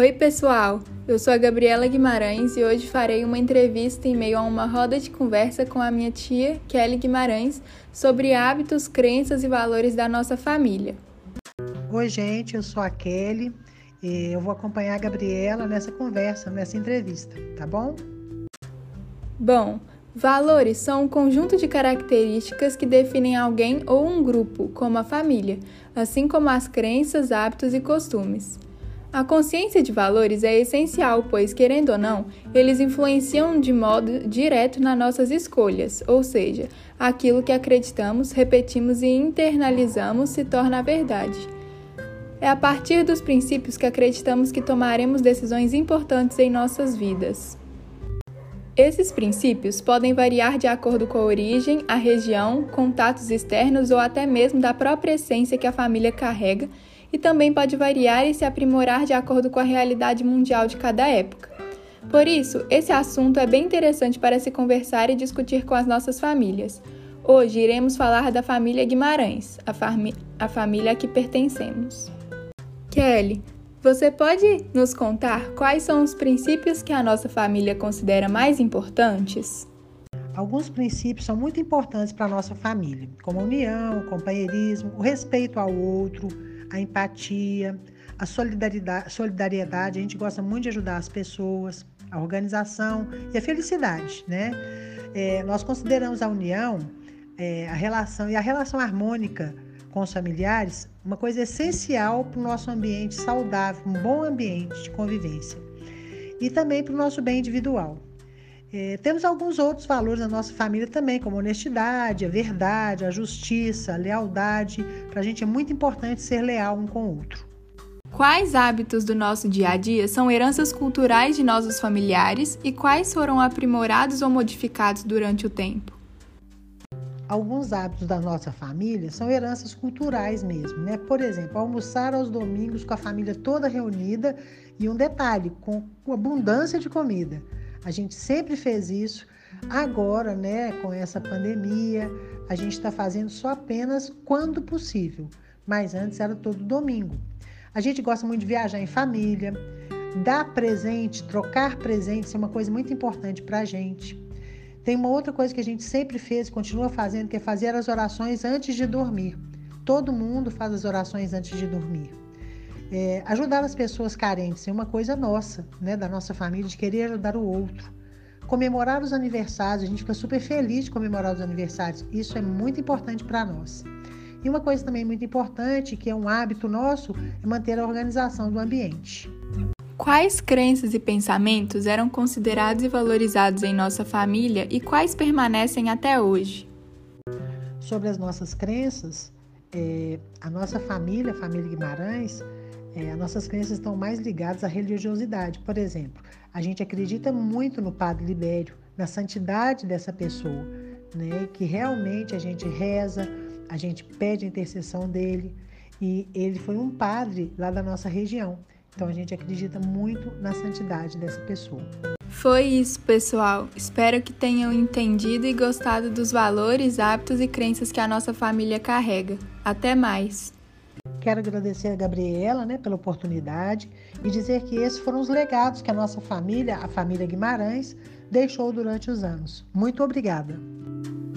Oi, pessoal! Eu sou a Gabriela Guimarães e hoje farei uma entrevista em meio a uma roda de conversa com a minha tia, Kelly Guimarães, sobre hábitos, crenças e valores da nossa família. Oi, gente, eu sou a Kelly e eu vou acompanhar a Gabriela nessa conversa, nessa entrevista, tá bom? Bom, valores são um conjunto de características que definem alguém ou um grupo, como a família, assim como as crenças, hábitos e costumes. A consciência de valores é essencial, pois, querendo ou não, eles influenciam de modo direto nas nossas escolhas, ou seja, aquilo que acreditamos, repetimos e internalizamos se torna a verdade. É a partir dos princípios que acreditamos que tomaremos decisões importantes em nossas vidas. Esses princípios podem variar de acordo com a origem, a região, contatos externos ou até mesmo da própria essência que a família carrega, e também pode variar e se aprimorar de acordo com a realidade mundial de cada época. Por isso, esse assunto é bem interessante para se conversar e discutir com as nossas famílias. Hoje iremos falar da família Guimarães, a família a que pertencemos. Kelly, você pode nos contar quais são os princípios que a nossa família considera mais importantes? Alguns princípios são muito importantes para a nossa família, como a união, o companheirismo, o respeito ao outro, a empatia, a solidariedade. A gente gosta muito de ajudar as pessoas, a organização e a felicidade, né? Nós consideramos a união, a relação harmônica com os familiares uma coisa essencial para o nosso ambiente saudável, um bom ambiente de convivência e também para o nosso bem individual. Temos alguns outros valores na nossa família também, como a honestidade, a verdade, a justiça, a lealdade. Para a gente é muito importante ser leal um com o outro. Quais hábitos do nosso dia a dia são heranças culturais de nossos familiares e quais foram aprimorados ou modificados durante o tempo? Alguns hábitos da nossa família são heranças culturais mesmo, né? Por exemplo, almoçar aos domingos com a família toda reunida e um detalhe, com abundância de comida. A gente sempre fez isso. Agora, né, com essa pandemia, a gente está fazendo só apenas quando possível. Mas antes era todo domingo. A gente gosta muito de viajar em família, dar presente, trocar presentes é uma coisa muito importante para a gente. Tem uma outra coisa que a gente sempre fez e continua fazendo, que é fazer as orações antes de dormir. Todo mundo faz as orações antes de dormir. Ajudar as pessoas carentes é uma coisa nossa, né, da nossa família, de querer ajudar o outro. Comemorar os aniversários, a gente fica super feliz de comemorar os aniversários. Isso é muito importante para nós. E uma coisa também muito importante, que é um hábito nosso, é manter a organização do ambiente. Quais crenças e pensamentos eram considerados e valorizados em nossa família e quais permanecem até hoje? Sobre as nossas crenças, a nossa família, a família Guimarães, as nossas crenças estão mais ligadas à religiosidade. Por exemplo, a gente acredita muito no Padre Libério, na santidade dessa pessoa, né? Que realmente a gente reza, a gente pede a intercessão dele, e ele foi um padre lá da nossa região. Então a gente acredita muito na santidade dessa pessoa. Foi isso, pessoal. Espero que tenham entendido e gostado dos valores, hábitos e crenças que a nossa família carrega. Até mais! Quero agradecer a Gabriela, né, pela oportunidade e dizer que esses foram os legados que a nossa família, a família Guimarães, deixou durante os anos. Muito obrigada!